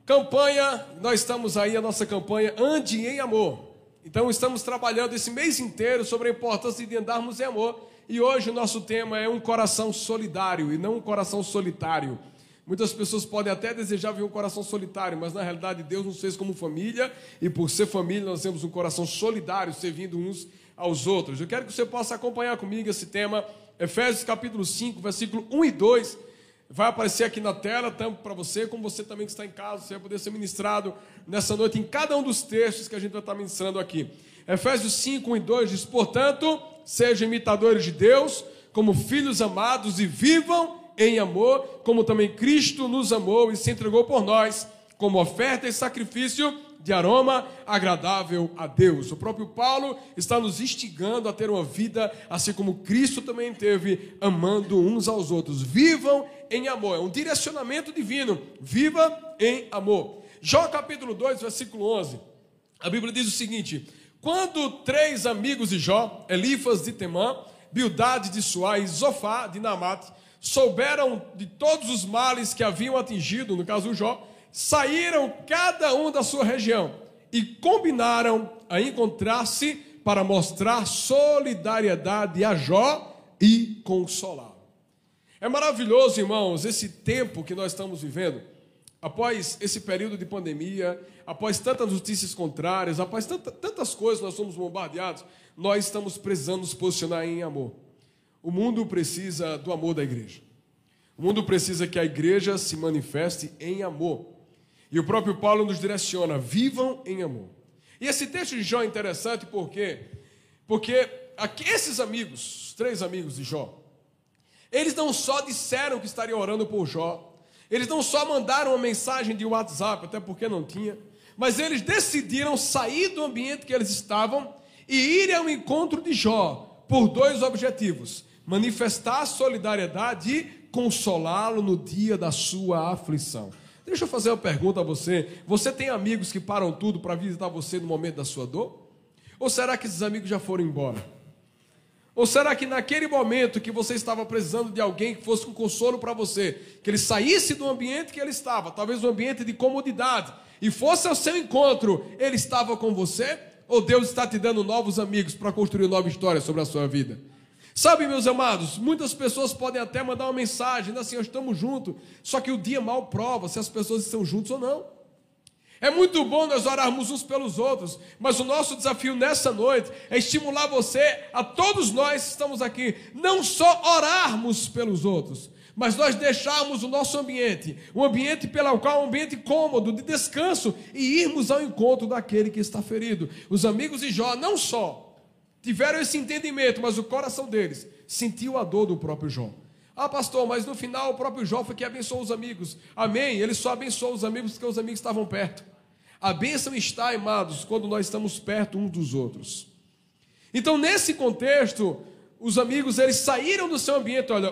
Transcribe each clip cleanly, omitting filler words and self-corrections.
Campanha, nós estamos aí, a nossa campanha Ande em Amor. Então estamos trabalhando esse mês inteiro sobre a importância de andarmos em amor. E hoje o nosso tema é um coração solidário e não um coração solitário. Muitas pessoas podem até desejar ver um coração solitário, mas na realidade Deus nos fez como família. E por ser família nós temos um coração solidário, servindo uns aos outros. Eu quero que você possa acompanhar comigo esse tema. Efésios capítulo 5, versículo 1 e 2. Vai aparecer aqui na tela, tanto para você, como você também que está em casa, você vai poder ser ministrado nessa noite em cada um dos textos que a gente vai estar ministrando aqui. Efésios 5, 1 e 2 diz: portanto, sejam imitadores de Deus, como filhos amados, e vivam em amor, como também Cristo nos amou e se entregou por nós, como oferta e sacrifício de aroma agradável a Deus. O próprio Paulo está nos instigando a ter uma vida assim como Cristo também teve, amando uns aos outros. Vivam em amor, é um direcionamento divino. Viva em amor. Jó capítulo 2, versículo 11. A Bíblia diz o seguinte: quando 3 amigos de Jó, Elifas de Temã, Bildade de Suá e Zofá de Naamate, souberam de todos os males que haviam atingido, no caso o Jó, saíram cada um da sua região e combinaram a encontrar-se para mostrar solidariedade a Jó e consolá-lo. É maravilhoso, irmãos, esse tempo que nós estamos vivendo, após esse período de pandemia, após tantas notícias contrárias, após tantas coisas nós somos bombardeados, nós estamos precisando nos posicionar em amor. O mundo precisa do amor da igreja. O mundo precisa que a igreja se manifeste em amor. E o próprio Paulo nos direciona: vivam em amor. E esse texto de Jó é interessante porque esses amigos, os 3 amigos de Jó, eles não só disseram que estariam orando por Jó, eles não só mandaram uma mensagem de WhatsApp, até porque não tinha, mas eles decidiram sair do ambiente que eles estavam e irem ao encontro de Jó por 2 objetivos: manifestar solidariedade e consolá-lo no dia da sua aflição. Deixa eu fazer uma pergunta a você. Você tem amigos que param tudo para visitar você no momento da sua dor? Ou será que esses amigos já foram embora? Ou será que naquele momento que você estava precisando de alguém que fosse um consolo para você, que ele saísse do ambiente que ele estava, talvez um ambiente de comodidade, e fosse ao seu encontro, ele estava com você? Ou Deus está te dando novos amigos para construir uma nova história sobre a sua vida? Sabe, meus amados, muitas pessoas podem até mandar uma mensagem, assim: nós estamos juntos, só que o dia mal prova se as pessoas estão juntos ou não. É muito bom nós orarmos uns pelos outros, mas o nosso desafio nessa noite é estimular você, a todos nós que estamos aqui, não só orarmos pelos outros, mas nós deixarmos o nosso ambiente, um ambiente pelo qual é um ambiente cômodo, de descanso, e irmos ao encontro daquele que está ferido. Os amigos de Jó não só tiveram esse entendimento, mas o coração deles sentiu a dor do próprio Jó. Ah, pastor, mas no final o próprio Jó foi que abençoou os amigos. Amém, ele só abençoou os amigos porque os amigos estavam perto. A bênção está, amados, quando nós estamos perto uns dos outros. Então, nesse contexto, os amigos, eles saíram do seu ambiente. Olha,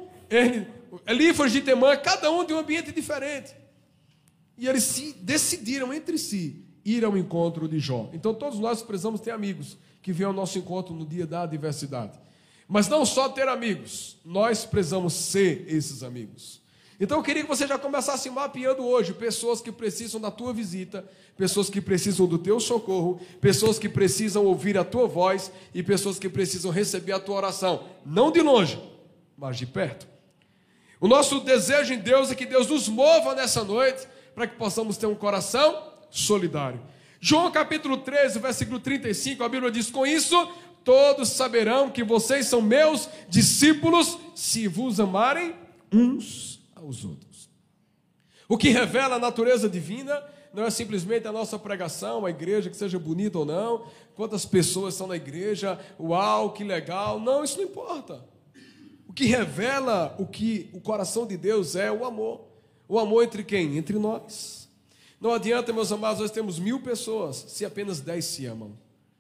Elifas de Temã, cada um de um ambiente diferente. E eles se decidiram entre si ir ao encontro de Jó. Então, todos nós precisamos ter amigos que venham ao nosso encontro no dia da adversidade. Mas não só ter amigos, nós precisamos ser esses amigos. Então eu queria que você já começasse mapeando hoje pessoas que precisam da tua visita, pessoas que precisam do teu socorro, pessoas que precisam ouvir a tua voz e pessoas que precisam receber a tua oração, não de longe, mas de perto. O nosso desejo em Deus é que Deus nos mova nessa noite para que possamos ter um coração solidário. João capítulo 13, versículo 35, a Bíblia diz: com isso todos saberão que vocês são meus discípulos, se vos amarem uns aos outros. O que revela a natureza divina não é simplesmente a nossa pregação, a igreja, que seja bonita ou não, quantas pessoas estão na igreja, uau, que legal. Não, isso não importa. O que revela o coração de Deus é o amor. O amor entre quem? Entre nós. Não adianta, meus amados, nós temos 1000 pessoas, se apenas 10 se amam.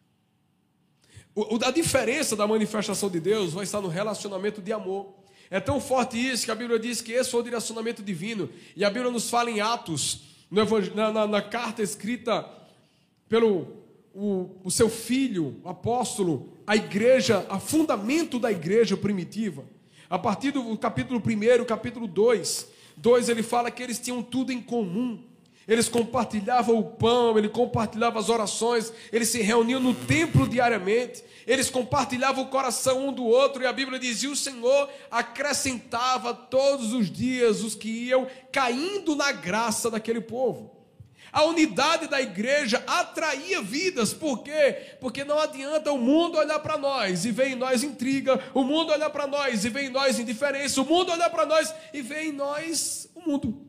A diferença da manifestação de Deus vai estar no relacionamento de amor. É tão forte isso que a Bíblia diz que esse foi o direcionamento divino. E a Bíblia nos fala em Atos, na carta escrita pelo o seu filho, o apóstolo, a igreja, a fundamento da igreja primitiva. A partir do capítulo 1, capítulo 2, ele fala que eles tinham tudo em comum. Eles compartilhavam o pão, eles compartilhavam as orações, eles se reuniam no templo diariamente, eles compartilhavam o coração um do outro, e a Bíblia dizia: o Senhor acrescentava todos os dias os que iam caindo na graça daquele povo. A unidade da igreja atraía vidas. Por quê? Porque não adianta o mundo olhar para nós e ver em nós intriga, o mundo olhar para nós e ver em nós indiferença, o mundo olhar para nós e ver em nós o mundo.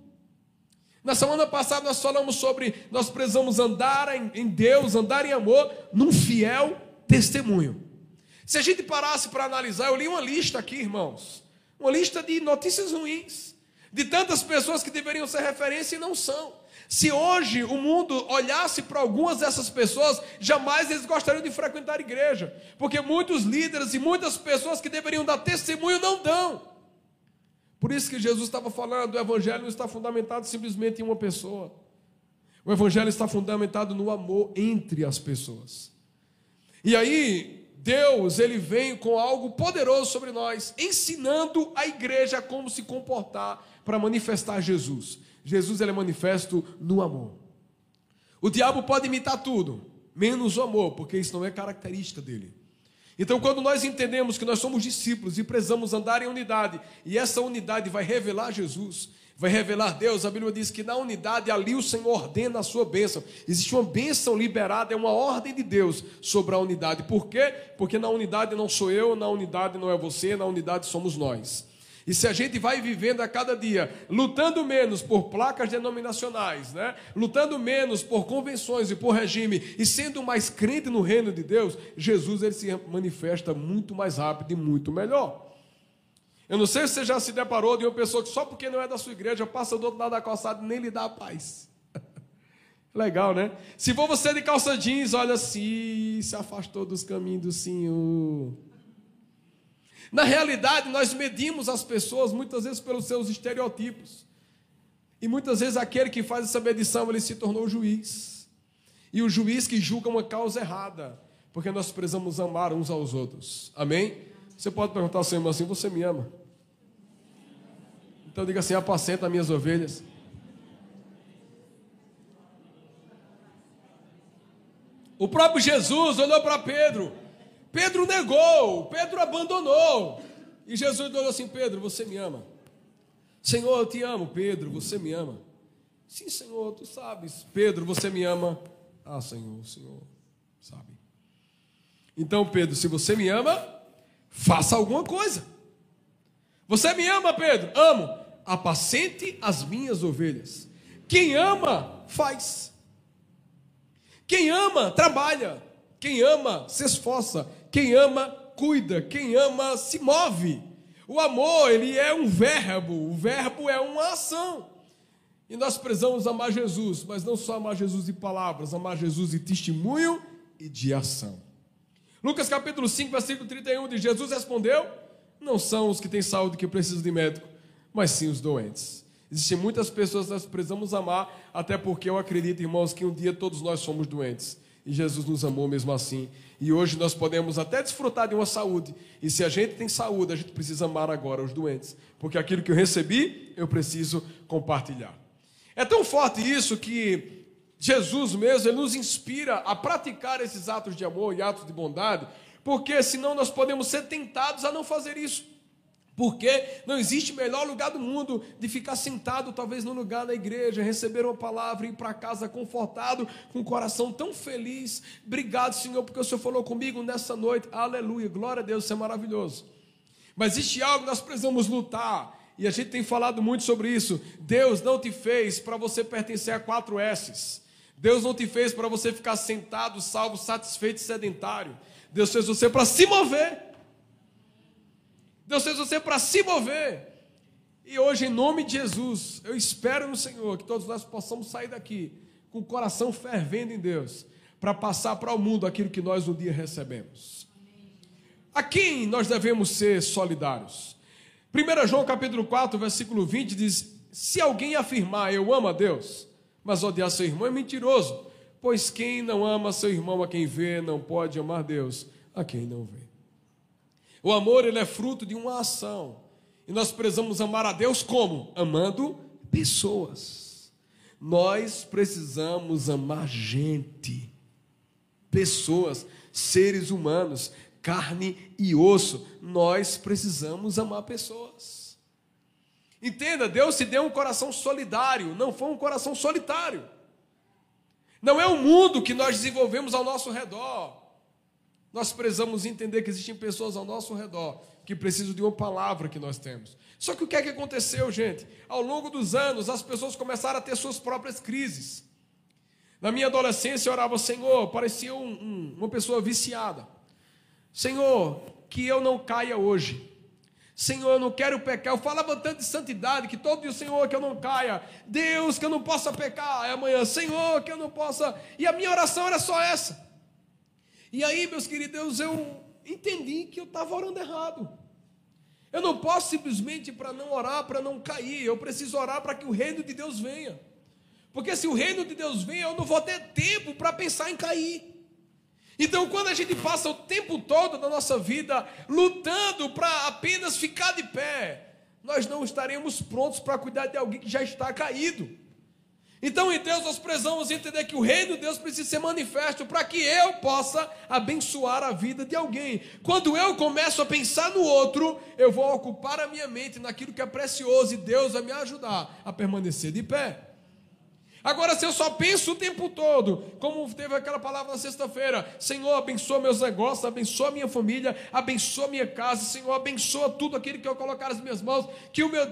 Na semana passada nós falamos sobre nós precisamos andar em Deus, andar em amor, num fiel testemunho. Se a gente parasse para analisar, eu li uma lista aqui, irmãos, uma lista de notícias ruins, de tantas pessoas que deveriam ser referência e não são. Se hoje o mundo olhasse para algumas dessas pessoas, jamais eles gostariam de frequentar a igreja, porque muitos líderes e muitas pessoas que deveriam dar testemunho não dão. Por isso que Jesus estava falando, o evangelho não está fundamentado simplesmente em uma pessoa. O evangelho está fundamentado no amor entre as pessoas. E aí, Deus, ele vem com algo poderoso sobre nós, ensinando a igreja como se comportar para manifestar Jesus. Jesus, ele é manifesto no amor. O diabo pode imitar tudo, menos o amor, porque isso não é característica dele. Então, quando nós entendemos que nós somos discípulos e precisamos andar em unidade, e essa unidade vai revelar Jesus, vai revelar Deus, a Bíblia diz que na unidade ali o Senhor ordena a sua bênção. Existe uma bênção liberada, é uma ordem de Deus sobre a unidade. Por quê? Porque na unidade não sou eu, na unidade não é você, na unidade somos nós. E se a gente vai vivendo a cada dia, lutando menos por placas denominacionais, né? Lutando menos por convenções e por regime, e sendo mais crente no reino de Deus, Jesus, ele se manifesta muito mais rápido e muito melhor. Eu não sei se você já se deparou de uma pessoa que só porque não é da sua igreja passa do outro lado da calçada e nem lhe dá a paz. Legal, né? Se for você de calça jeans, olha assim, se afastou dos caminhos do Senhor. Na realidade, nós medimos as pessoas muitas vezes pelos seus estereotipos. E muitas vezes aquele que faz essa medição, ele se tornou juiz. E o juiz que julga uma causa errada, porque nós precisamos amar uns aos outros. Amém? Você pode perguntar ao seu irmão assim: você me ama? Então diga assim: apacenta as minhas ovelhas. O próprio Jesus olhou para Pedro. Pedro negou, Pedro abandonou. E Jesus olhou assim: Pedro, você me ama? Senhor, eu te amo. Pedro, você me ama? Sim, Senhor, tu sabes. Pedro, você me ama? Ah, Senhor, o Senhor sabe. Então, Pedro, se você me ama, faça alguma coisa. Você me ama, Pedro? Amo. Apacente as minhas ovelhas. Quem ama, faz. Quem ama, trabalha. Quem ama, se esforça. Quem ama, cuida. Quem ama, se move. O amor, ele é um verbo. O verbo é uma ação. E nós precisamos amar Jesus, mas não só amar Jesus de palavras, amar Jesus de testemunho e de ação. Lucas capítulo 5, versículo 31 diz: Jesus respondeu: não são os que têm saúde que precisam de médico, mas sim os doentes. Existem muitas pessoas que nós precisamos amar, até porque eu acredito, irmãos, que um dia todos nós somos doentes. E Jesus nos amou mesmo assim. E hoje nós podemos até desfrutar de uma saúde. E se a gente tem saúde, a gente precisa amar agora os doentes. Porque aquilo que eu recebi, eu preciso compartilhar. É tão forte isso que Jesus mesmo, ele nos inspira a praticar esses atos de amor e atos de bondade, porque senão nós podemos ser tentados a não fazer isso. Porque não existe melhor lugar do mundo de ficar sentado, talvez no lugar da igreja, receber uma palavra, ir para casa confortado, com o coração tão feliz. Obrigado, Senhor, porque o Senhor falou comigo nessa noite. Aleluia, glória a Deus, isso é maravilhoso. Mas existe algo que nós precisamos lutar, e a gente tem falado muito sobre isso. Deus não te fez para você pertencer a 4 S's. Deus não te fez para você ficar sentado, salvo, satisfeito e sedentário. Deus fez você para se mover. Deus fez você para se mover. E hoje, em nome de Jesus, eu espero no Senhor que todos nós possamos sair daqui com o coração fervendo em Deus, para passar para o mundo aquilo que nós um dia recebemos. A quem nós devemos ser solidários? 1 João capítulo 4, versículo 20 diz: se alguém afirmar eu amo a Deus, mas odiar seu irmão, é mentiroso, pois quem não ama seu irmão a quem vê, não pode amar Deus a quem não vê. O amor, ele é fruto de uma ação. E nós precisamos amar a Deus como? Amando pessoas. Nós precisamos amar gente, pessoas, seres humanos, carne e osso. Nós precisamos amar pessoas. Entenda, Deus te deu um coração solidário, não foi um coração solitário. Não é o mundo que nós desenvolvemos ao nosso redor. Nós precisamos entender que existem pessoas ao nosso redor que precisam de uma palavra que nós temos. Só que o que é que aconteceu, gente? Ao longo dos anos, as pessoas começaram a ter suas próprias crises. Na minha adolescência, eu orava, Senhor, parecia uma pessoa viciada. Senhor, que eu não caia hoje. Senhor, eu não quero pecar. Eu falava tanto de santidade, que todo dia, Senhor, que eu não caia. Deus, que eu não possa pecar. Aí amanhã, Senhor, que eu não possa... E a minha oração era só essa. E aí, meus queridos, eu entendi que eu estava orando errado. Eu não posso simplesmente para não orar, para não cair. Eu preciso orar para que o reino de Deus venha. Porque se o reino de Deus vem, eu não vou ter tempo para pensar em cair. Então, quando a gente passa o tempo todo da nossa vida lutando para apenas ficar de pé, nós não estaremos prontos para cuidar de alguém que já está caído. Então, em Deus, nós precisamos entender que o reino de Deus precisa ser manifesto para que eu possa abençoar a vida de alguém. Quando eu começo a pensar no outro, eu vou ocupar a minha mente naquilo que é precioso e Deus vai me ajudar a permanecer de pé. Agora, se eu só penso o tempo todo, como teve aquela palavra na sexta-feira, Senhor, abençoa meus negócios, abençoa minha família, abençoa minha casa, Senhor, abençoa tudo aquilo que eu colocar nas minhas mãos, que eu,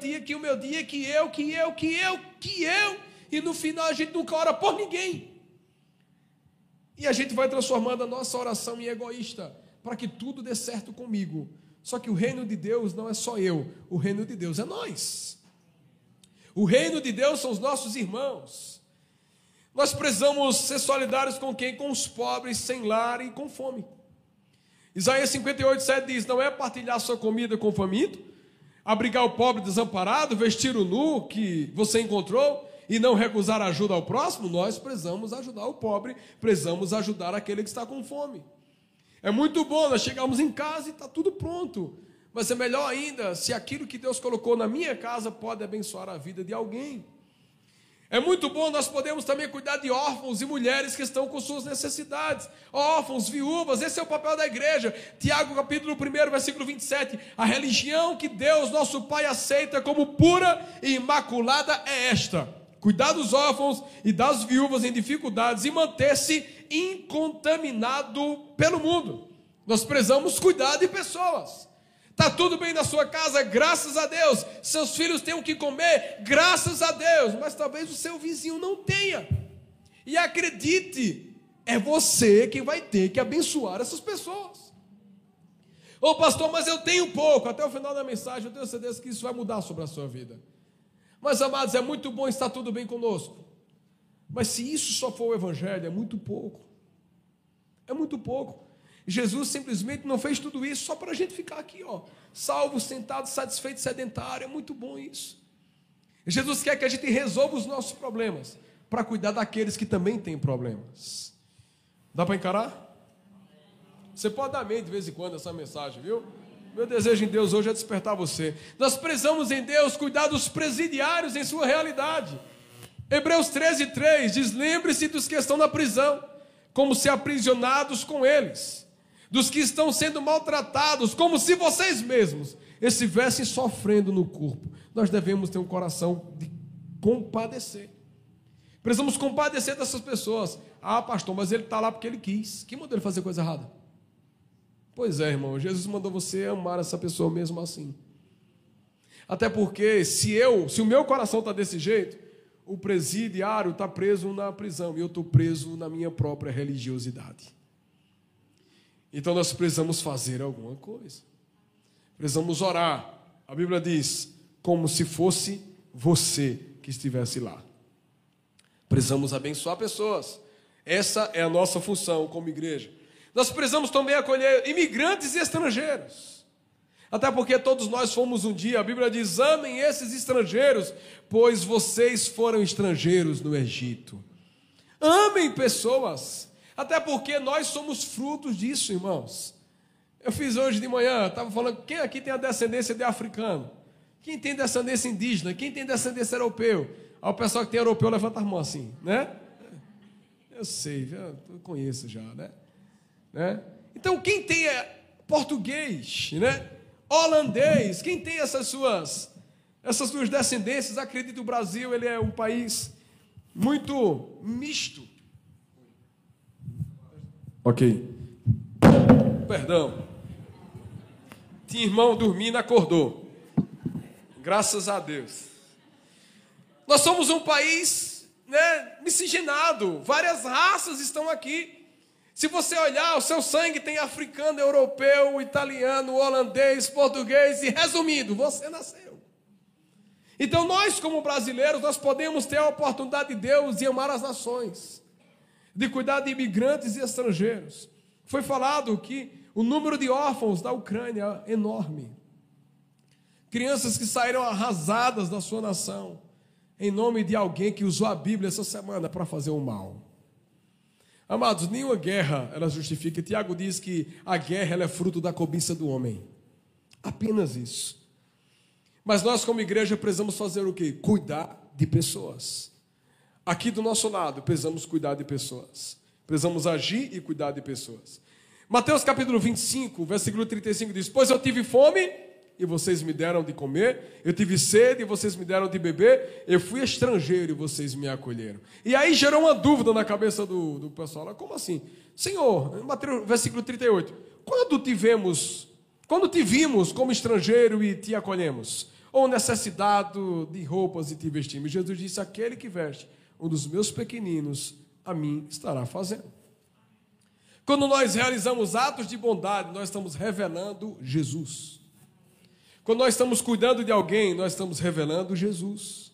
e no final a gente nunca ora por ninguém. E a gente vai transformando a nossa oração em egoísta, para que tudo dê certo comigo. Só que o reino de Deus não é só eu, o reino de Deus é nós. O reino de Deus são os nossos irmãos. Nós precisamos ser solidários com quem? Com os pobres, sem lar e com fome. Isaías 58:7 diz, não é partilhar sua comida com o faminto, abrigar o pobre desamparado, vestir o nu que você encontrou e não recusar ajuda ao próximo. Nós precisamos ajudar o pobre, precisamos ajudar aquele que está com fome. É muito bom nós chegarmos em casa e está tudo pronto, mas é melhor ainda se aquilo que Deus colocou na minha casa pode abençoar a vida de alguém. É muito bom nós podemos também cuidar de órfãos e mulheres que estão com suas necessidades. Órfãos, viúvas, esse é o papel da igreja. Tiago capítulo 1, versículo 27. A religião que Deus, nosso Pai, aceita como pura e imaculada é esta: cuidar dos órfãos e das viúvas em dificuldades e manter-se incontaminado pelo mundo. Nós precisamos cuidar de pessoas. Está tudo bem na sua casa, graças a Deus. Seus filhos têm o que comer, graças a Deus. Mas talvez o seu vizinho não tenha. E acredite, é você quem vai ter que abençoar essas pessoas. Ô pastor, mas eu tenho pouco. Até o final da mensagem eu tenho certeza que isso vai mudar sobre a sua vida. Mas amados, é muito bom estar tudo bem conosco. Mas se isso só for o evangelho, é muito pouco. É muito pouco. Jesus simplesmente não fez tudo isso só para a gente ficar aqui, ó, salvo, sentado, satisfeito, sedentário. É muito bom isso. Jesus quer que a gente resolva os nossos problemas para cuidar daqueles que também têm problemas. Dá para encarar? Você pode dar amém de vez em quando essa mensagem, viu? Meu desejo em Deus hoje é despertar você. Nós precisamos em Deus cuidar dos presidiários em sua realidade. Hebreus 13:3 diz, lembre-se dos que estão na prisão, como se aprisionados com eles, dos que estão sendo maltratados, como se vocês mesmos estivessem sofrendo no corpo. Nós devemos ter um coração de compadecer. Precisamos compadecer dessas pessoas. Ah, pastor, mas ele está lá porque ele quis. Quem mandou ele fazer coisa errada? Pois é, irmão, Jesus mandou você amar essa pessoa mesmo assim. Até porque se o meu coração está desse jeito, o presidiário está preso na prisão e eu estou preso na minha própria religiosidade. Então nós precisamos fazer alguma coisa. Precisamos orar. A Bíblia diz, como se fosse você que estivesse lá. Precisamos abençoar pessoas. Essa é a nossa função como igreja. Nós precisamos também acolher imigrantes e estrangeiros. Até porque todos nós fomos um dia, a Bíblia diz, amem esses estrangeiros, pois vocês foram estrangeiros no Egito. Amem pessoas. Até porque nós somos frutos disso, irmãos. Eu fiz hoje de manhã, estava falando, quem aqui tem a descendência de africano? Quem tem descendência indígena? Quem tem descendência europeu? Aí o pessoal que tem europeu levanta a mão assim, né? Eu sei, eu conheço já, né? Então, quem tem português, né? Holandês, quem tem essas suas descendências, acredito que o Brasil ele é um país muito misto. Ok. Perdão. Tinha irmão dormindo, acordou. Graças a Deus. Nós somos um país, né, miscigenado. Várias raças estão aqui. Se você olhar, o seu sangue tem africano, europeu, italiano, holandês, português e, resumindo, você nasceu. Então nós, como brasileiros, nós podemos ter a oportunidade de Deus de amar as nações, de cuidar de imigrantes e estrangeiros. Foi falado que o número de órfãos da Ucrânia é enorme. Crianças que saíram arrasadas da sua nação, em nome de alguém que usou a Bíblia essa semana para fazer o mal. Amados, nenhuma guerra ela justifica. Tiago diz que a guerra ela é fruto da cobiça do homem. Apenas isso. Mas nós, como igreja, precisamos fazer o quê? Cuidar de pessoas. Aqui do nosso lado, precisamos cuidar de pessoas. Precisamos agir e cuidar de pessoas. Mateus capítulo 25, versículo 35 diz: pois eu tive fome e vocês me deram de comer, eu tive sede e vocês me deram de beber, eu fui estrangeiro e vocês me acolheram. E aí gerou uma dúvida na cabeça do pessoal: como assim? Senhor, Mateus, versículo 38, quando te vimos como estrangeiro e te acolhemos? Ou necessidade de roupas e te vestimos? Jesus disse: aquele que veste um dos meus pequeninos, a mim estará fazendo. Quando nós realizamos atos de bondade, nós estamos revelando Jesus. Quando nós estamos cuidando de alguém, nós estamos revelando Jesus.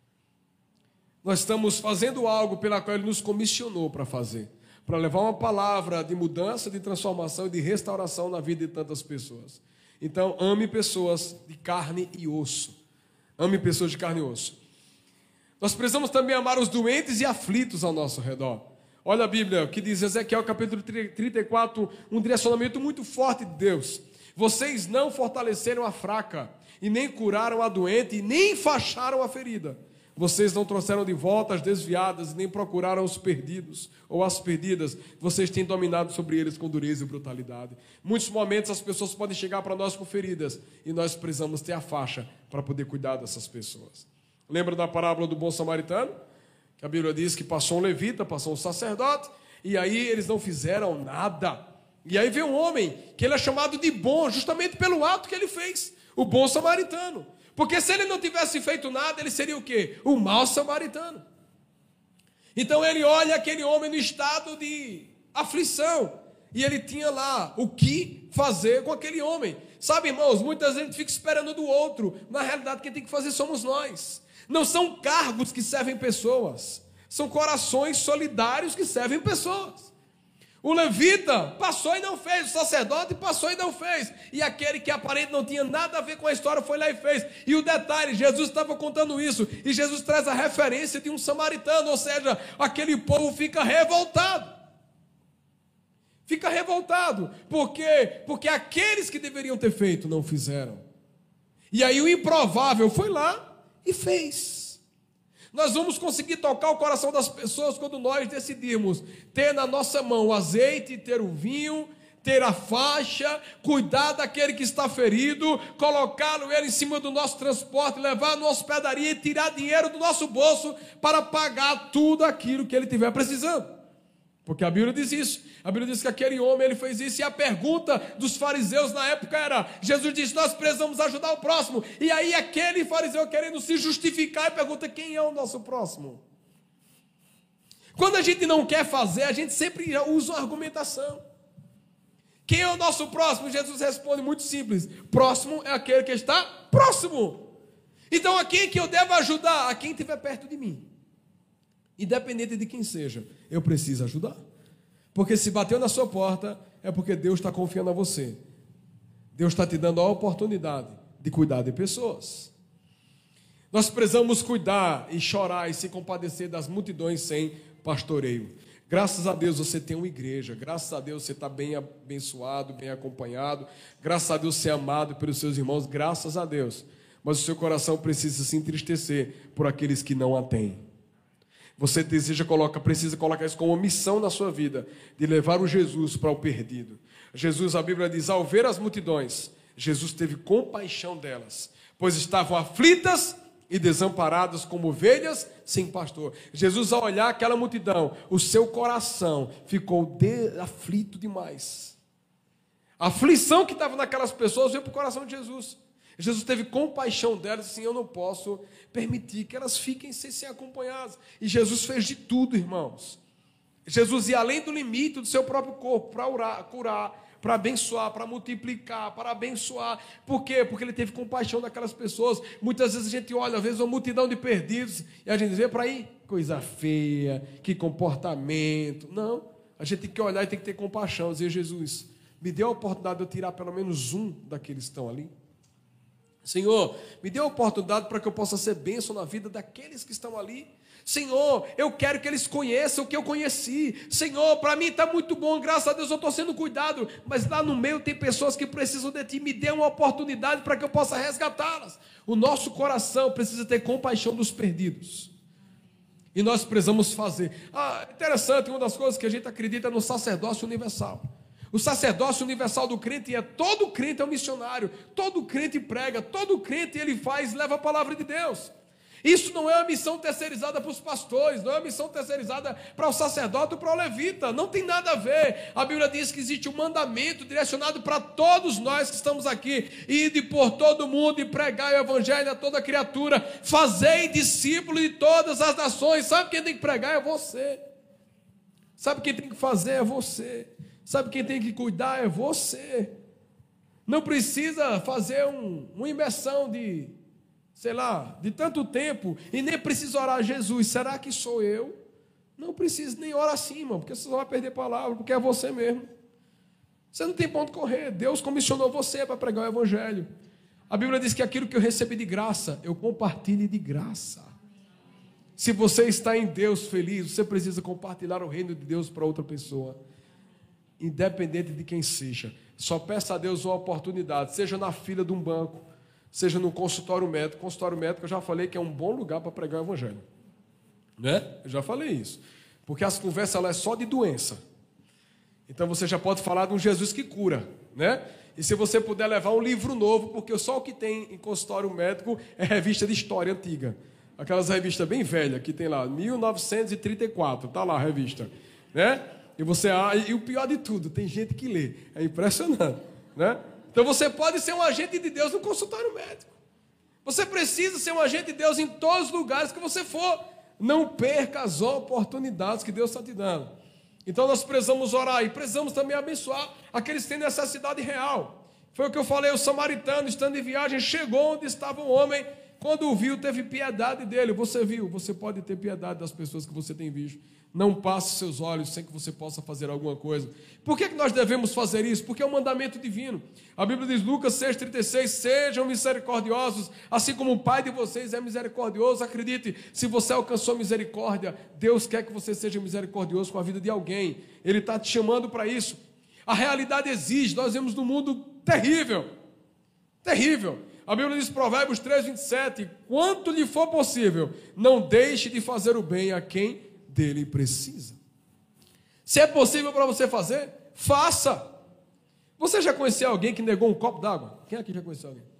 Nós estamos fazendo algo pela qual Ele nos comissionou para fazer, para levar uma palavra de mudança, de transformação e de restauração na vida de tantas pessoas. Então, ame pessoas de carne e osso. Ame pessoas de carne e osso. Nós precisamos também amar os doentes e aflitos ao nosso redor. Olha a Bíblia, que diz Ezequiel capítulo 34, um direcionamento muito forte de Deus. Vocês não fortaleceram a fraca, e nem curaram a doente, e nem enfaixaram a ferida. Vocês não trouxeram de volta as desviadas, e nem procuraram os perdidos, ou as perdidas. Vocês têm dominado sobre eles com dureza e brutalidade. Muitos momentos as pessoas podem chegar para nós com feridas, e nós precisamos ter a faixa para poder cuidar dessas pessoas. Lembra da parábola do bom samaritano? Que a Bíblia diz que passou um levita, passou um sacerdote, e aí eles não fizeram nada. E aí vem um homem, que ele é chamado de bom, justamente pelo ato que ele fez, o bom samaritano. Porque se ele não tivesse feito nada, ele seria o quê? O mau samaritano. Então ele olha aquele homem no estado de aflição, e ele tinha lá o que fazer com aquele homem. Sabe, irmãos, muitas vezes a gente fica esperando do outro, na realidade quem tem que fazer somos nós. Não são cargos que servem pessoas, são corações solidários que servem pessoas. O levita passou e não fez, o sacerdote passou e não fez, e aquele que aparentemente não tinha nada a ver com a história foi lá e fez. E o detalhe, Jesus estava contando isso, e Jesus traz a referência de um samaritano, ou seja, aquele povo fica revoltado. Fica revoltado, porque aqueles que deveriam ter feito não fizeram. E aí o improvável foi lá e fez. Nós vamos conseguir tocar o coração das pessoas quando nós decidirmos ter na nossa mão o azeite, ter o vinho, ter a faixa, cuidar daquele que está ferido, colocá-lo ele em cima do nosso transporte, levar na hospedaria e tirar dinheiro do nosso bolso para pagar tudo aquilo que ele tiver precisando. Porque a Bíblia diz isso. A Bíblia diz que aquele homem ele fez isso. E a pergunta dos fariseus na época era: Jesus disse, nós precisamos ajudar o próximo. E aí aquele fariseu querendo se justificar e pergunta: quem é o nosso próximo? Quando a gente não quer fazer, a gente sempre usa uma argumentação. Quem é o nosso próximo? Jesus responde muito simples: próximo é aquele que está próximo. Então a quem que eu devo ajudar? A quem estiver perto de mim. Independente de quem seja, eu preciso ajudar. Porque se bateu na sua porta, é porque Deus está confiando a você. Deus está te dando a oportunidade de cuidar de pessoas. Nós precisamos cuidar e chorar e se compadecer das multidões sem pastoreio. Graças a Deus você tem uma igreja. Graças a Deus você está bem abençoado, bem acompanhado. Graças a Deus você é amado pelos seus irmãos. Graças a Deus. mas o seu coração precisa se entristecer por aqueles que não a têm. Você precisa colocar isso como uma missão na sua vida, de levar o Jesus para o perdido. Jesus, a Bíblia diz, ao ver as multidões, Jesus teve compaixão delas, pois estavam aflitas e desamparadas como ovelhas sem pastor. Jesus, ao olhar aquela multidão, o seu coração ficou aflito demais. A aflição que estava naquelas pessoas veio para o coração de Jesus. Jesus teve compaixão delas e assim, eu não posso permitir que elas fiquem sem ser acompanhadas. E Jesus fez de tudo, irmãos. Jesus ia além do limite do seu próprio corpo para curar, para abençoar, para multiplicar, para abençoar. Por quê? Porque ele teve compaixão daquelas pessoas. Muitas vezes a gente olha, às vezes, uma multidão de perdidos e a gente vê para aí, coisa feia, que comportamento. Não, a gente tem que olhar e tem que ter compaixão. Dizer, Jesus, me dê a oportunidade de eu tirar pelo menos um daqueles que estão ali. Senhor, me dê a oportunidade para que eu possa ser bênção na vida daqueles que estão ali. Senhor, eu quero que eles conheçam o que eu conheci. Senhor, para mim está muito bom, graças a Deus eu estou sendo cuidado, mas lá no meio tem pessoas que precisam de Ti. Me dê uma oportunidade para que eu possa resgatá-las. O nosso coração precisa ter compaixão dos perdidos. E nós precisamos fazer. Interessante, uma das coisas que a gente acredita é no sacerdócio universal. O sacerdócio universal do crente é todo crente é um missionário, todo crente prega, todo crente ele leva a palavra de Deus. Isso não é uma missão terceirizada para os pastores, não é uma missão terceirizada para o sacerdote ou para o levita, não tem nada a ver. A Bíblia diz que existe um mandamento direcionado para todos nós que estamos aqui, ide por todo mundo e pregai o evangelho a toda criatura, fazei discípulos de todas as nações. Sabe quem tem que pregar é você, sabe quem tem que fazer é você. Sabe quem tem que cuidar é você. Não precisa fazer uma imersão de, de tanto tempo, e nem precisa orar, Jesus, será que sou eu? Não precisa nem orar assim, irmão, porque você só vai perder a palavra, porque é você mesmo. Você não tem ponto de correr. Deus comissionou você para pregar o evangelho. A Bíblia diz que aquilo que eu recebi de graça, eu compartilho de graça. Se você está em Deus feliz, você precisa compartilhar o reino de Deus para outra pessoa. Independente de quem seja, só peça a Deus uma oportunidade, seja na fila de um banco, seja no consultório médico. Consultório médico eu já falei que é um bom lugar para pregar o evangelho, né? Eu já falei isso, porque as conversas é só de doença, então você já pode falar de um Jesus que cura, né? E se você puder levar um livro novo, porque só o que tem em consultório médico é revista de história antiga, aquelas revistas bem velhas que tem lá, 1934, tá lá a revista, né? E o pior de tudo, tem gente que lê. É impressionante, né? Então você pode ser um agente de Deus no consultório médico. Você precisa ser um agente de Deus em todos os lugares que você for. Não perca as oportunidades que Deus está te dando. Então nós precisamos orar e precisamos também abençoar aqueles que têm necessidade real. Foi o que eu falei, o samaritano, estando em viagem, chegou onde estava um homem. Quando o viu, teve piedade dele. Você viu, você pode ter piedade das pessoas que você tem visto. Não passe seus olhos sem que você possa fazer alguma coisa. Por que nós devemos fazer isso? Porque é um mandamento divino. A Bíblia diz, Lucas 6,36, sejam misericordiosos, assim como o Pai de vocês é misericordioso. Acredite, se você alcançou misericórdia, Deus quer que você seja misericordioso com a vida de alguém. Ele está te chamando para isso. A realidade exige, nós vivemos num mundo terrível. Terrível. A Bíblia diz, Provérbios 3,27, quanto lhe for possível, não deixe de fazer o bem a quem dele precisa. Se é possível para você fazer, faça. Você já conheceu alguém que negou um copo d'água? Quem aqui já conheceu alguém?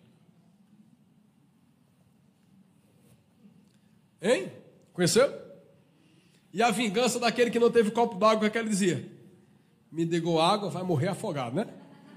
Hein? Conheceu? E a vingança daquele que não teve copo d'água, o que ele dizia? Me negou água, vai morrer afogado, né?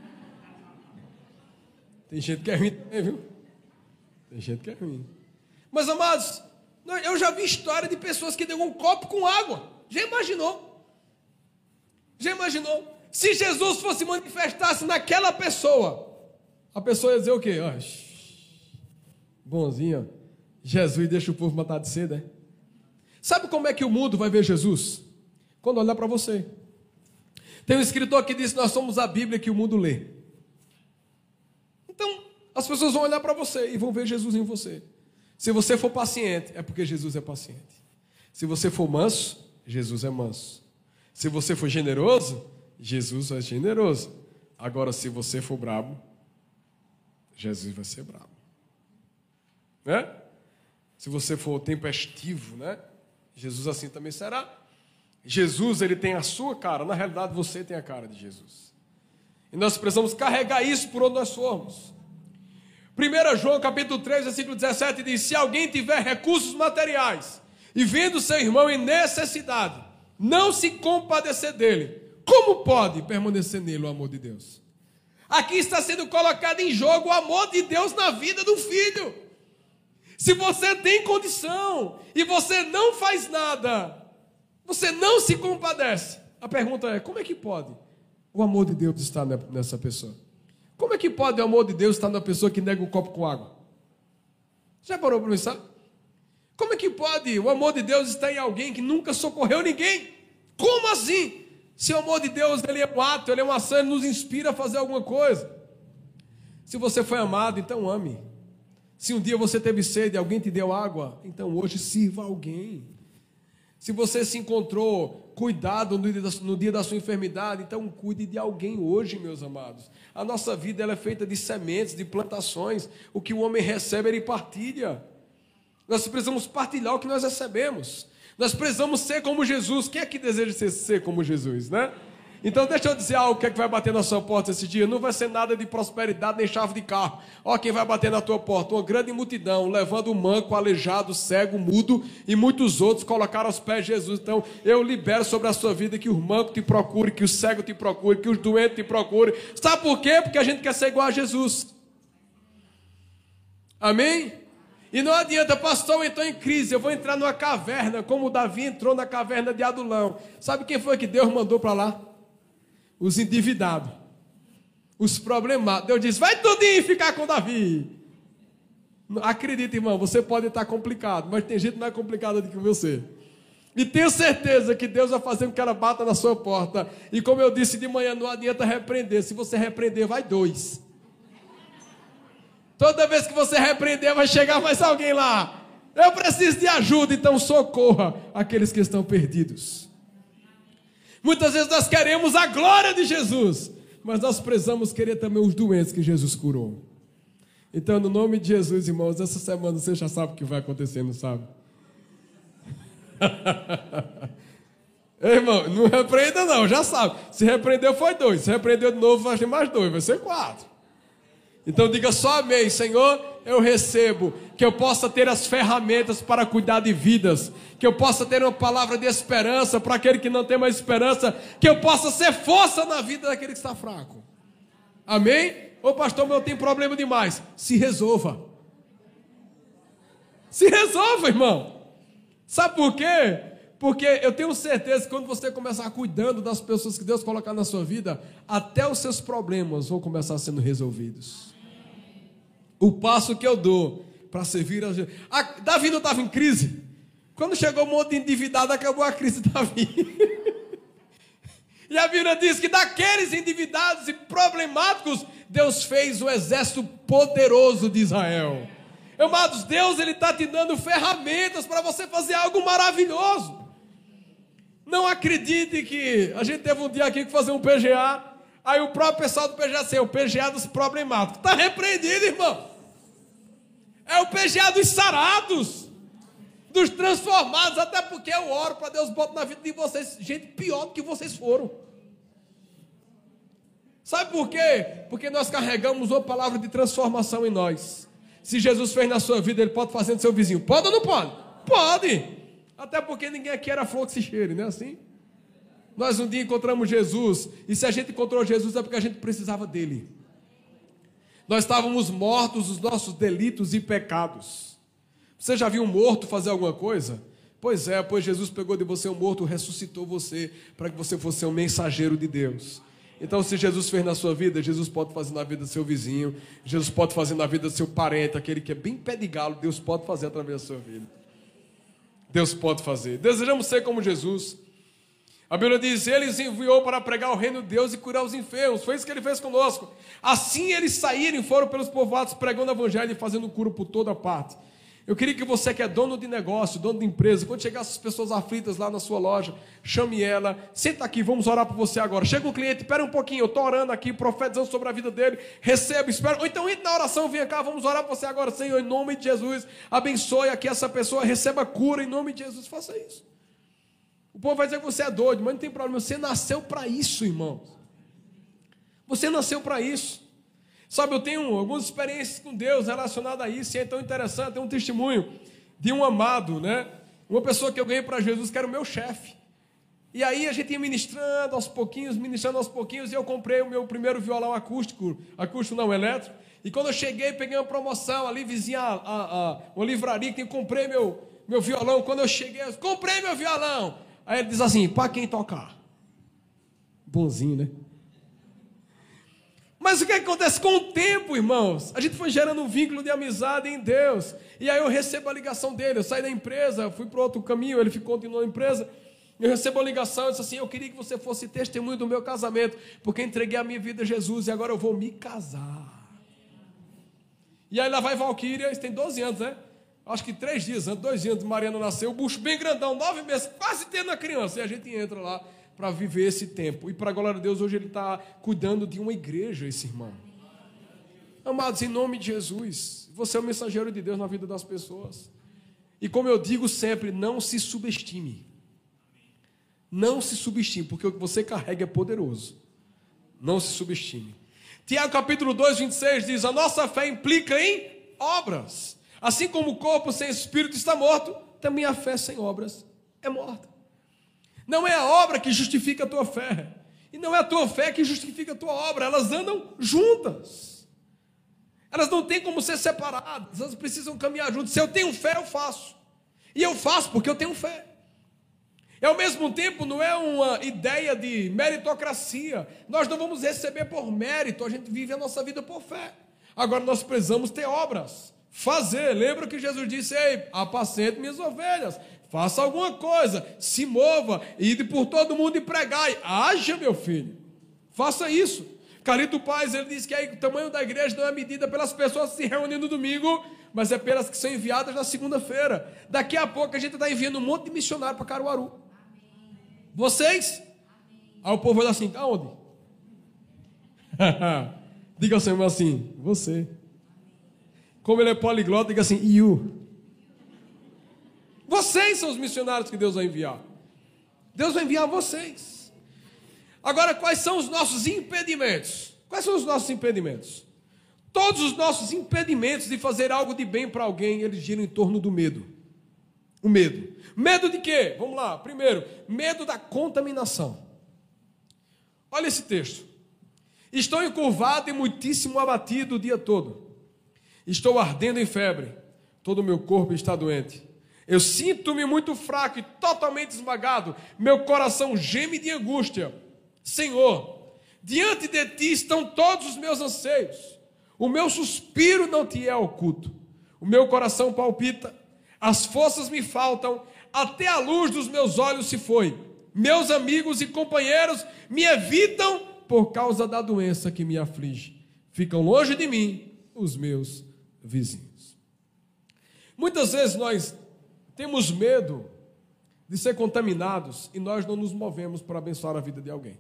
Tem gente que é ruim também, viu? Tem gente que é ruim. Mas, amados, eu já vi história de pessoas que negou um copo com água. Já imaginou? Já imaginou? Se Jesus fosse manifestar-se naquela pessoa, a pessoa ia dizer o quê? Bonzinho, Jesus deixa o povo matar de sede, né? Sabe como é que o mundo vai ver Jesus? Quando olhar para você. Tem um escritor que diz que nós somos a Bíblia que o mundo lê. Então, as pessoas vão olhar para você e vão ver Jesus em você. Se você for paciente, é porque Jesus é paciente. Se você for manso, Jesus é manso. Se você for generoso, Jesus é generoso. Agora, se você for brabo, Jesus vai ser brabo. né? Se você for tempestivo, né? Jesus assim também será. Jesus, ele tem a sua cara, na realidade você tem a cara de Jesus. E nós precisamos carregar isso por onde nós formos. 1 João capítulo 3, versículo 17 diz: se alguém tiver recursos materiais e vendo seu irmão em necessidade, não se compadecer dele, como pode permanecer nele o amor de Deus? Aqui está sendo colocado em jogo o amor de Deus na vida do filho. Se você tem condição e você não faz nada, você não se compadece, a pergunta é: como é que pode o amor de Deus estar nessa pessoa? Como é que pode o amor de Deus estar na pessoa que nega um copo com água? Já parou para pensar? Como é que pode o amor de Deus estar em alguém que nunca socorreu ninguém? Como assim? Se o amor de Deus, ele é um ato, ele é uma ação, ele nos inspira a fazer alguma coisa. Se você foi amado, então ame. Se um dia você teve sede e alguém te deu água, então hoje sirva alguém. Se você se encontrou cuidado no dia da sua enfermidade, então cuide de alguém hoje, meus amados. A nossa vida ela é feita de sementes, de plantações. O que o homem recebe, ele partilha. Nós precisamos partilhar o que nós recebemos. Nós precisamos ser como Jesus. Quem é que deseja ser como Jesus, né? Então deixa eu dizer algo que é que vai bater na sua porta esse dia. Não vai ser nada de prosperidade nem chave de carro. Ó, quem vai bater na tua porta? Uma grande multidão, levando o manco, aleijado, cego, mudo e muitos outros colocaram aos pés de Jesus. Então eu libero sobre a sua vida que o manco te procure, que o cego te procure, que os doentes te procurem. Sabe por quê? Porque a gente quer ser igual a Jesus. Amém? E não adianta, pastor, eu estou em crise, eu vou entrar numa caverna, como Davi entrou na caverna de Adulão. Sabe quem foi que Deus mandou para lá? Os endividados, os problemados. Deus disse: vai tudinho ficar com Davi. Acredita, irmão, você pode estar complicado, mas tem gente mais complicada do que você. E tenho certeza que Deus vai fazer com que ela bata na sua porta. E como eu disse de manhã, não adianta repreender. Se você repreender, vai 2. Toda vez que você repreender, vai chegar mais alguém lá. Eu preciso de ajuda, então socorra aqueles que estão perdidos. Muitas vezes nós queremos a glória de Jesus, mas nós precisamos querer também os doentes que Jesus curou. Então, no nome de Jesus, irmãos, essa semana você já sabe o que vai acontecer, não sabe? Irmão, não repreenda não, já sabe. Se repreendeu foi 2, se repreendeu de novo vai ter mais 2, vai ser 4. Então diga só amém. Senhor, eu recebo que eu possa ter as ferramentas para cuidar de vidas, que eu possa ter uma palavra de esperança para aquele que não tem mais esperança, que eu possa ser força na vida daquele que está fraco. Amém? Ô pastor, meu tem problema demais. Se resolva. Se resolva, irmão. Sabe por quê? Porque eu tenho certeza que quando você começar cuidando das pessoas que Deus colocar na sua vida, até os seus problemas vão começar sendo resolvidos. O passo que eu dou para servir a Jesus. Davi não estava em crise? Quando chegou um monte de endividado, acabou a crise de Davi. E a Bíblia diz que daqueles endividados e problemáticos, Deus fez um exército poderoso de Israel. Amados, Deus está te dando ferramentas para você fazer algo maravilhoso. Não acredite que a gente teve um dia aqui que fazer um PGA, aí o próprio pessoal do PGA assim, o PGA dos problemáticos. Está repreendido, irmão. É o PGA dos sarados, dos transformados, até porque eu oro para Deus botar na vida de vocês gente pior do que vocês foram. Sabe por quê? Porque nós carregamos uma palavra de transformação em nós. Se Jesus fez na sua vida, Ele pode fazer no seu vizinho. Pode ou não pode? Pode. Até porque ninguém aqui era flor que se cheire, não é assim? Nós um dia encontramos Jesus, e se a gente encontrou Jesus é porque a gente precisava dele. Nós estávamos mortos dos nossos delitos e pecados. Você já viu um morto fazer alguma coisa? Pois é, pois Jesus pegou de você um morto, ressuscitou você, para que você fosse um mensageiro de Deus. Então, se Jesus fez na sua vida, Jesus pode fazer na vida do seu vizinho, Jesus pode fazer na vida do seu parente, aquele que é bem pé de galo, Deus pode fazer através da sua vida. Deus pode fazer. Desejamos ser como Jesus. A Bíblia diz: Ele os enviou para pregar o reino de Deus e curar os enfermos. Foi isso que Ele fez conosco. Assim eles saíram e foram pelos povoados pregando o evangelho e fazendo cura por toda parte. Eu queria que você que é dono de negócio, dono de empresa, quando chegar essas pessoas aflitas lá na sua loja, chame ela, senta aqui, vamos orar por você agora. Chega um cliente, espera um pouquinho, eu estou orando aqui, profetizando sobre a vida dele, receba, espera. Ou então entre na oração, vem cá, vamos orar por você agora, Senhor, em nome de Jesus, abençoe aqui essa pessoa, receba cura em nome de Jesus, faça isso. O povo vai dizer que você é doido, mas não tem problema, você nasceu para isso, irmãos. Você nasceu para isso. Sabe, eu tenho algumas experiências com Deus relacionadas a isso, e é tão interessante, tem um testemunho de um amado, né? Uma pessoa que eu ganhei para Jesus, que era o meu chefe. E aí a gente ia ministrando aos pouquinhos, e eu comprei o meu primeiro violão acústico não, elétrico. E quando eu cheguei, peguei uma promoção ali, vizinha uma livraria, que eu comprei meu violão. Quando eu cheguei, eu comprei meu violão. Aí ele diz assim, para quem tocar? Bonzinho, né? Mas o que acontece com o tempo, irmãos? A gente foi gerando um vínculo de amizade em Deus. E aí eu recebo a ligação dele. Eu saí da empresa, fui para outro caminho, ele continuou na empresa. Eu recebo a ligação e disse assim, eu queria que você fosse testemunho do meu casamento, porque entreguei a minha vida a Jesus e agora eu vou me casar. E aí lá vai Valquíria, isso tem 12 anos, né? Acho que 3 dias antes, 2 dias antes, Mariana nasceu, o bucho bem grandão, 9 meses, quase tendo a criança. E a gente entra lá para viver esse tempo. E para a glória de Deus, hoje ele está cuidando de uma igreja, esse irmão. Amados, em nome de Jesus, você é o mensageiro de Deus na vida das pessoas. E como eu digo sempre, não se subestime. Não se subestime, porque o que você carrega é poderoso. Não se subestime. Tiago capítulo 2, 26 diz, a nossa fé implica em obras. Assim como o corpo sem espírito está morto, também a fé sem obras é morta. Não é a obra que justifica a tua fé. E não é a tua fé que justifica a tua obra. Elas andam juntas. Elas não têm como ser separadas. Elas precisam caminhar juntas. Se eu tenho fé, eu faço. E eu faço porque eu tenho fé. E ao mesmo tempo não é uma ideia de meritocracia. Nós não vamos receber por mérito. A gente vive a nossa vida por fé. Agora nós precisamos ter obras. Fazer. Lembra que Jesus disse, ei, apacente minhas ovelhas. Faça alguma coisa, se mova, ide por todo mundo e pregai. Haja, meu filho. Faça isso. Carlito Paz, ele disse que aí, o tamanho da igreja não é medida pelas pessoas que se reúnem no domingo, mas é pelas que são enviadas na segunda-feira. Daqui a pouco a gente está enviando um monte de missionário para Caruaru. Vocês? Aí o povo vai dar assim, aonde? Diga ao Senhor assim, você. Como ele é poliglota, diga assim, you. Vocês são os missionários que Deus vai enviar. Deus vai enviar vocês. Agora, quais são os nossos impedimentos? Quais são os nossos impedimentos? Todos os nossos impedimentos de fazer algo de bem para alguém, eles giram em torno do medo. O medo. Medo de quê? Vamos lá. Primeiro, medo da contaminação. Olha esse texto. Estou encurvado e muitíssimo abatido o dia todo. Estou ardendo em febre. Todo o meu corpo está doente. Eu sinto-me muito fraco e totalmente esmagado. Meu coração geme de angústia. Senhor, diante de ti estão todos os meus anseios. O meu suspiro não te é oculto. O meu coração palpita. As forças me faltam. Até a luz dos meus olhos se foi. Meus amigos e companheiros me evitam por causa da doença que me aflige. Ficam longe de mim os meus vizinhos. Muitas vezes nós temos medo de ser contaminados e nós não nos movemos para abençoar a vida de alguém.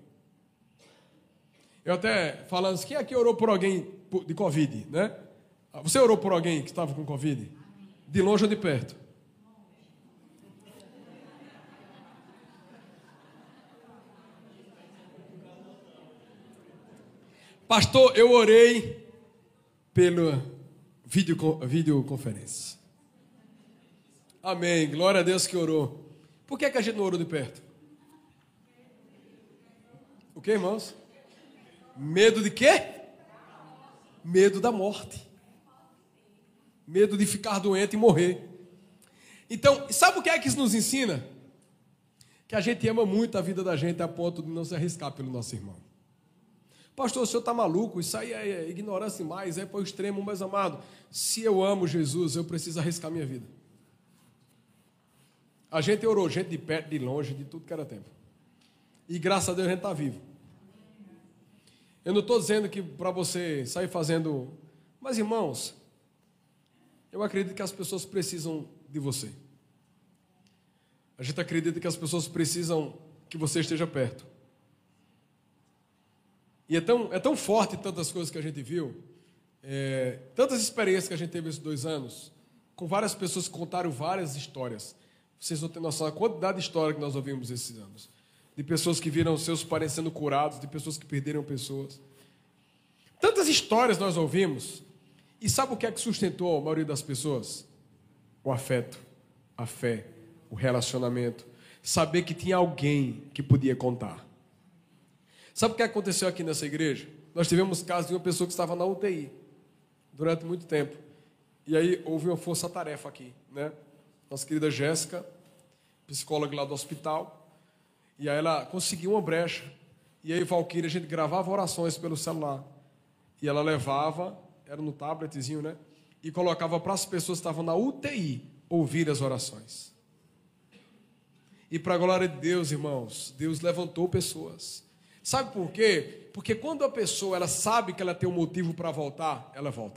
Eu até falando assim, quem aqui orou por alguém de Covid, né? Você orou por alguém que estava com Covid? De longe ou de perto? Pastor, eu orei pela videoconferência. Amém, glória a Deus que orou. Por que a gente não orou de perto? O que, irmãos? Medo de quê? Medo da morte. Medo de ficar doente e morrer. Então, sabe o que é que isso nos ensina? Que a gente ama muito a vida da gente a ponto de não se arriscar pelo nosso irmão. Pastor, o senhor está maluco? Isso aí é ignorância demais, é para o extremo, mas amado, se eu amo Jesus, eu preciso arriscar minha vida. A gente orou, gente de perto, de longe, de tudo que era tempo. E graças a Deus a gente está vivo. Eu não estou dizendo que para você sair fazendo... Mas irmãos, Eu acredito que as pessoas precisam de você. A gente acredita que as pessoas precisam que você esteja perto. E é tão forte tantas coisas que a gente viu, tantas experiências que a gente teve esses 2 anos, com várias pessoas que contaram várias histórias. Vocês não têm noção da quantidade de história que nós ouvimos esses anos. De pessoas que viram seus parentes sendo curados, de pessoas que perderam pessoas. Tantas histórias nós ouvimos. E sabe o que é que sustentou a maioria das pessoas? O afeto, a fé, o relacionamento. Saber que tinha alguém que podia contar. Sabe o que aconteceu aqui nessa igreja? Nós tivemos casos de uma pessoa que estava na UTI durante muito tempo. E aí houve uma força-tarefa aqui, né? Nossa querida Jéssica, psicóloga lá do hospital. E aí ela conseguiu uma brecha. E aí, Valquíria, a gente gravava orações pelo celular. E ela levava, era no tabletzinho, né? E colocava para as pessoas que estavam na UTI ouvir as orações. E para a glória de Deus, irmãos, Deus levantou pessoas. Sabe por quê? Porque quando a pessoa ela sabe que ela tem um motivo para voltar, ela volta.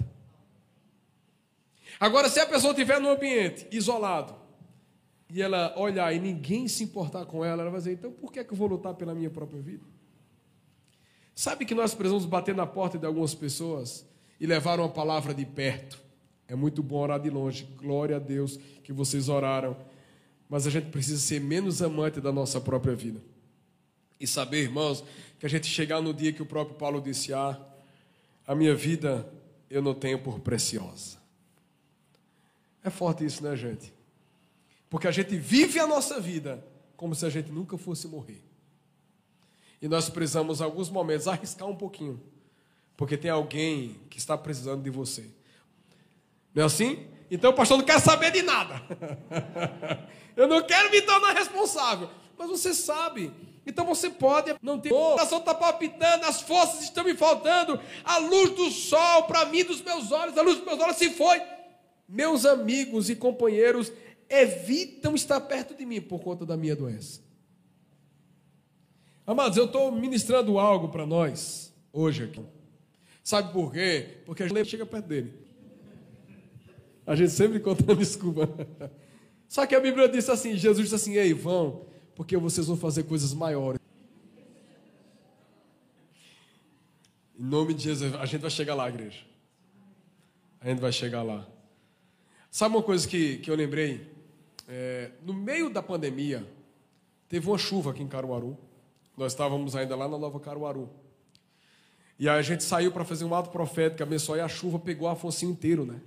Agora, se a pessoa estiver num ambiente isolado, e ela olhar e ninguém se importar com ela, ela vai dizer, então por que eu vou lutar pela minha própria vida? Sabe que nós precisamos bater na porta de algumas pessoas e levar uma palavra de perto. É muito bom orar de longe, glória a Deus que vocês oraram, mas a gente precisa ser menos amante da nossa própria vida. E saber, irmãos, que a gente chegar no dia que o próprio Paulo disse, a minha vida eu não tenho por preciosa. É forte isso, né, gente? Porque a gente vive a nossa vida como se a gente nunca fosse morrer. E nós precisamos, em alguns momentos, arriscar um pouquinho. Porque tem alguém que está precisando de você. Não é assim? Então o pastor não quer saber de nada. Eu não quero me tornar responsável. Mas você sabe. Então você pode não ter... O coração está palpitando, as forças estão me faltando. A luz do sol para mim, dos meus olhos, a luz dos meus olhos se foi. Meus amigos e companheiros evitam estar perto de mim por conta da minha doença. Amados, eu estou ministrando algo para nós hoje aqui. Sabe por quê? Porque a gente chega perto dele. A gente sempre conta desculpa. Só que a Bíblia diz assim, Jesus disse assim, ei, vão, porque vocês vão fazer coisas maiores. Em nome de Jesus, a gente vai chegar lá, igreja. A gente vai chegar lá. Sabe uma coisa que eu lembrei? No meio da pandemia, teve uma chuva aqui em Caruaru. Nós estávamos ainda lá na Nova Caruaru. E aí a gente saiu para fazer um ato profético, abençoar, e a chuva pegou Afonso inteiro, né?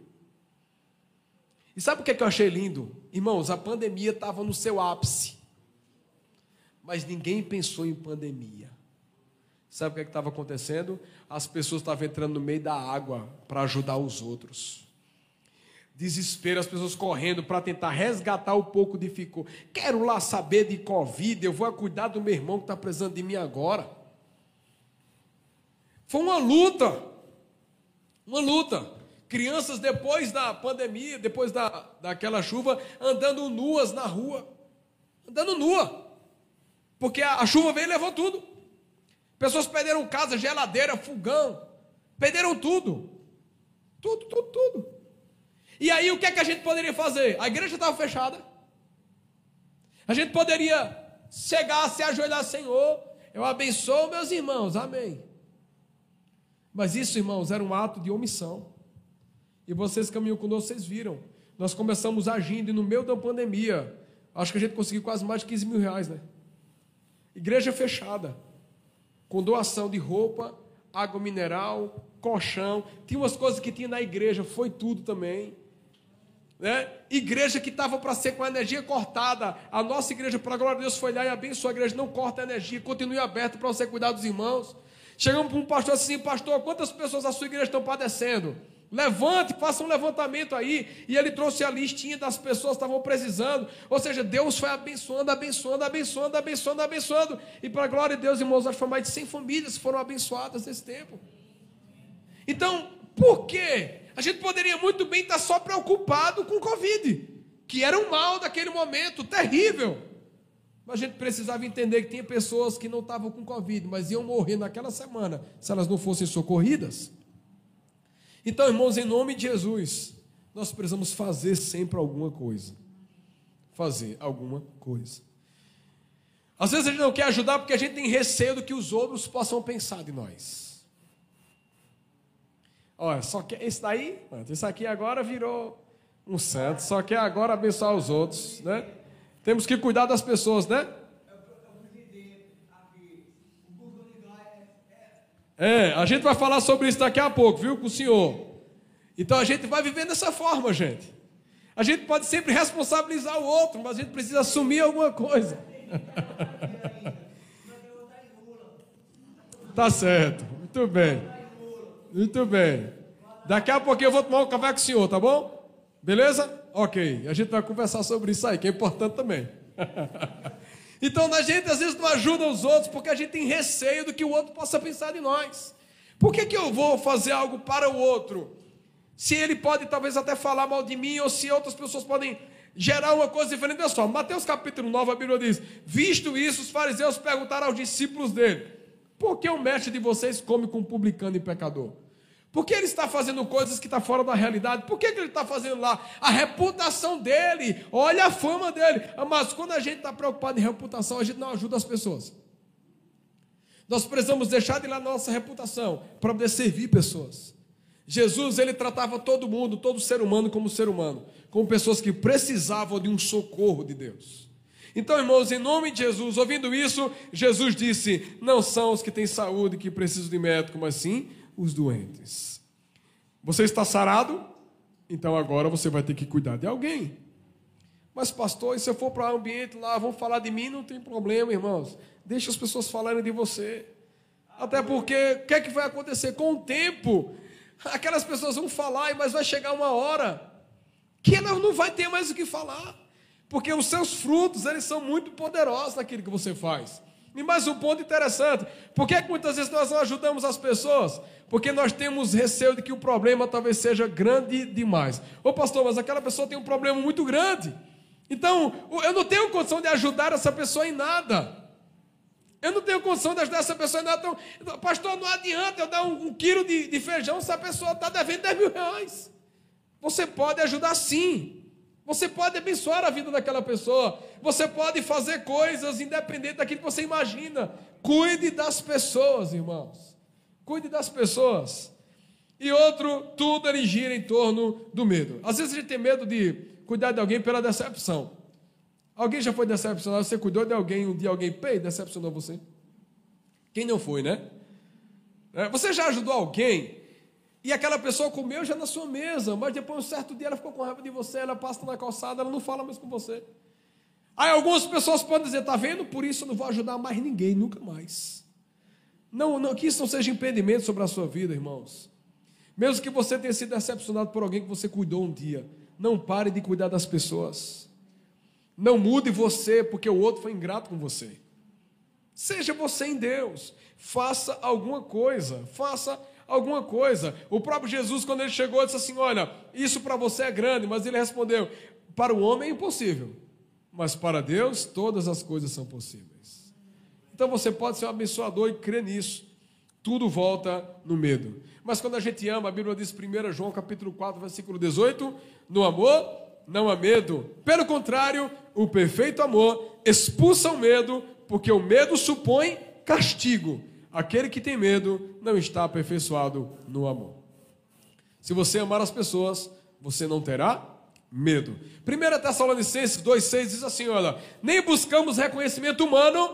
E sabe o que eu achei lindo? Irmãos, a pandemia estava no seu ápice. Mas ninguém pensou em pandemia. Sabe o que estava acontecendo? As pessoas estavam entrando no meio da água para ajudar os outros. Desespero, as pessoas correndo para tentar resgatar o pouco de ficou. Quero lá saber de Covid, eu vou cuidar do meu irmão que está precisando de mim agora. Foi uma luta. Uma luta. Crianças depois da pandemia, depois daquela chuva, andando nuas na rua. Andando nua. Porque a chuva veio e levou tudo. Pessoas perderam casa, geladeira, fogão. Perderam tudo. Tudo. E aí o que é que a gente poderia fazer? A igreja estava fechada. A gente poderia chegar, se ajoelhar, Senhor, eu abençoo meus irmãos, amém. Mas isso, irmãos, era um ato de omissão. E vocês caminham conosco, vocês viram. Nós começamos agindo e no meio da pandemia, acho que a gente conseguiu quase mais de 15 mil reais, né? Igreja fechada, com doação de roupa, água mineral, colchão. Tinha umas coisas que tinha na igreja, foi tudo também. Né? Igreja que estava para ser com a energia cortada. A nossa igreja, para a glória de Deus, foi lá e abençoou a igreja. Não corta a energia, continue aberto para você cuidar dos irmãos. Chegamos para um pastor assim, pastor, quantas pessoas da sua igreja estão padecendo? Levante, faça um levantamento aí. E ele trouxe a listinha das pessoas que estavam precisando. Ou seja, Deus foi abençoando. E para a glória de Deus, irmãos, acho que foi mais de 100 famílias que foram abençoadas nesse tempo. Então, por quê? A gente poderia muito bem estar só preocupado com o Covid, que era um mal daquele momento, terrível. Mas a gente precisava entender que tinha pessoas que não estavam com Covid, mas iam morrer naquela semana, se elas não fossem socorridas. Então, irmãos, em nome de Jesus, nós precisamos fazer sempre alguma coisa. Fazer alguma coisa. Às vezes a gente não quer ajudar porque a gente tem receio do que os outros possam pensar de nós. Olha, só que esse daí, esse aqui agora virou um santo, só quer agora abençoar os outros, né? Temos que cuidar das pessoas, né? A gente vai falar sobre isso daqui a pouco, viu, com o senhor. Então a gente vai viver dessa forma, gente. A gente pode sempre responsabilizar o outro, mas a gente precisa assumir alguma coisa. Tá certo, muito bem. Muito bem. Daqui a pouquinho eu vou tomar um café com o senhor, tá bom? Beleza? Ok. A gente vai conversar sobre isso aí, que é importante também. Então a gente às vezes não ajuda os outros porque a gente tem receio do que o outro possa pensar de nós. Por que eu vou fazer algo para o outro? Se ele pode talvez até falar mal de mim, ou se outras pessoas podem gerar uma coisa diferente. Olha só, Mateus capítulo 9, a Bíblia diz: visto isso, os fariseus perguntaram aos discípulos dele: por que o mestre de vocês come com publicano e pecador? Por que ele está fazendo coisas que estão fora da realidade? Por que ele está fazendo lá? A reputação dele, olha a fama dele. Mas quando a gente está preocupado em reputação, a gente não ajuda as pessoas. Nós precisamos deixar de lá nossa reputação para poder servir pessoas. Jesus, ele tratava todo mundo, todo ser humano como pessoas que precisavam de um socorro de Deus. Então, irmãos, em nome de Jesus, ouvindo isso, Jesus disse: não são os que têm saúde que precisam de médico, mas sim os doentes. Você está sarado? Então agora você vai ter que cuidar de alguém. Mas pastor, e se eu for para o ambiente lá, vão falar de mim? Não tem problema, irmãos. Deixa as pessoas falarem de você. Até porque, o que é que vai acontecer? Com o tempo, aquelas pessoas vão falar, mas vai chegar uma hora que elas não vai ter mais o que falar. Porque os seus frutos, eles são muito poderosos naquilo que você faz. E mais um ponto interessante: por que muitas vezes nós não ajudamos as pessoas? Porque nós temos receio de que o problema talvez seja grande demais. Ô pastor, mas aquela pessoa tem um problema muito grande. Então, eu não tenho condição de ajudar essa pessoa em nada. Eu não tenho condição de ajudar essa pessoa em nada. Então, pastor, não adianta eu dar um quilo de feijão se a pessoa está devendo 10 mil reais. Você pode ajudar sim. Você pode abençoar a vida daquela pessoa. Você pode fazer coisas independente daquilo que você imagina. Cuide das pessoas, irmãos. Cuide das pessoas. E outro, tudo ele gira em torno do medo. Às vezes a gente tem medo de cuidar de alguém pela decepção. Alguém já foi decepcionado? Você cuidou de alguém, um dia alguém decepcionou você? Quem não foi, né? Você já ajudou alguém e aquela pessoa comeu já na sua mesa, mas depois um certo dia ela ficou com raiva de você, ela passa na calçada, ela não fala mais com você. Aí algumas pessoas podem dizer: está vendo? Por isso eu não vou ajudar mais ninguém, nunca mais. Não, que isso não seja impedimento sobre a sua vida, irmãos. Mesmo que você tenha sido decepcionado por alguém que você cuidou um dia, não pare de cuidar das pessoas. Não mude você porque o outro foi ingrato com você. Seja você em Deus. Faça alguma coisa. Faça alguma coisa. O próprio Jesus, quando ele chegou, disse assim: olha, isso para você é grande. Mas ele respondeu: para o homem é impossível, mas para Deus todas as coisas são possíveis. Então você pode ser um abençoador e crer nisso. Tudo volta no medo. Mas quando a gente ama, a Bíblia diz, 1 João capítulo 4, versículo 18, no amor não há medo. Pelo contrário, o perfeito amor expulsa o medo, porque o medo supõe castigo. Aquele que tem medo não está aperfeiçoado no amor. Se você amar as pessoas, você não terá medo. 1 Tessalonicenses 2,6 diz assim: olha, nem buscamos reconhecimento humano,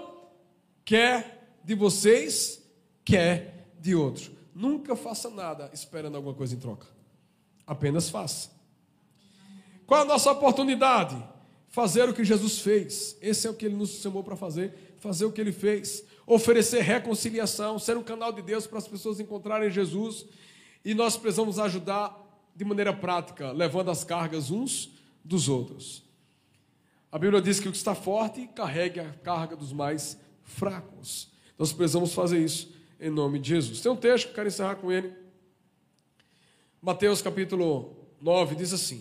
quer de vocês, quer de outros. Nunca faça nada esperando alguma coisa em troca. Apenas faça. Qual a nossa oportunidade? Fazer o que Jesus fez. Esse é o que ele nos chamou para fazer. Fazer o que ele fez. Oferecer reconciliação, ser um canal de Deus para as pessoas encontrarem Jesus. E nós precisamos ajudar de maneira prática, levando as cargas uns dos outros. A Bíblia diz que o que está forte carregue a carga dos mais fracos. Nós precisamos fazer isso em nome de Jesus. Tem um texto que eu quero encerrar com ele. Mateus capítulo 9 diz assim: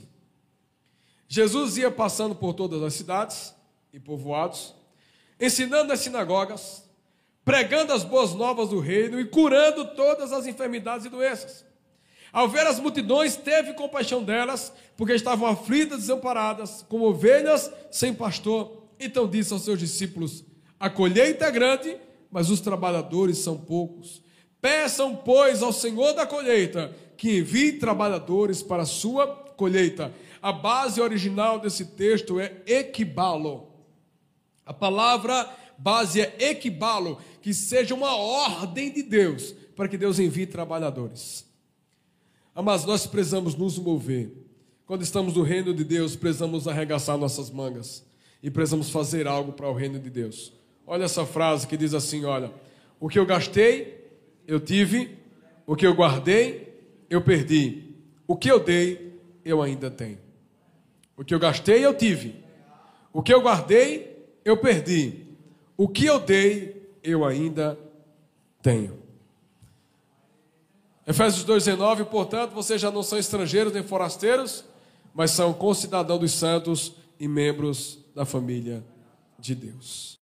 Jesus ia passando por todas as cidades e povoados, ensinando nas sinagogas, pregando as boas novas do reino e curando todas as enfermidades e doenças. Ao ver as multidões, teve compaixão delas, porque estavam aflitas e desamparadas, como ovelhas sem pastor. Então disse aos seus discípulos: a colheita é grande, mas os trabalhadores são poucos. Peçam, pois, ao Senhor da colheita que envie trabalhadores para a sua colheita. A base original desse texto é equibalo. A palavra base é equibalo, que seja uma ordem de Deus, para que Deus envie trabalhadores. Mas nós precisamos nos mover. Quando estamos no reino de Deus, precisamos arregaçar nossas mangas e precisamos fazer algo para o reino de Deus. Olha essa frase que diz assim, olha: o que eu gastei, eu tive; o que eu guardei, eu perdi; o que eu dei, eu ainda tenho. O que eu gastei, eu tive; o que eu guardei, eu perdi; o que eu dei, eu ainda tenho. Efésios 2,19, portanto, vocês já não são estrangeiros nem forasteiros, mas são concidadãos dos santos e membros da família de Deus.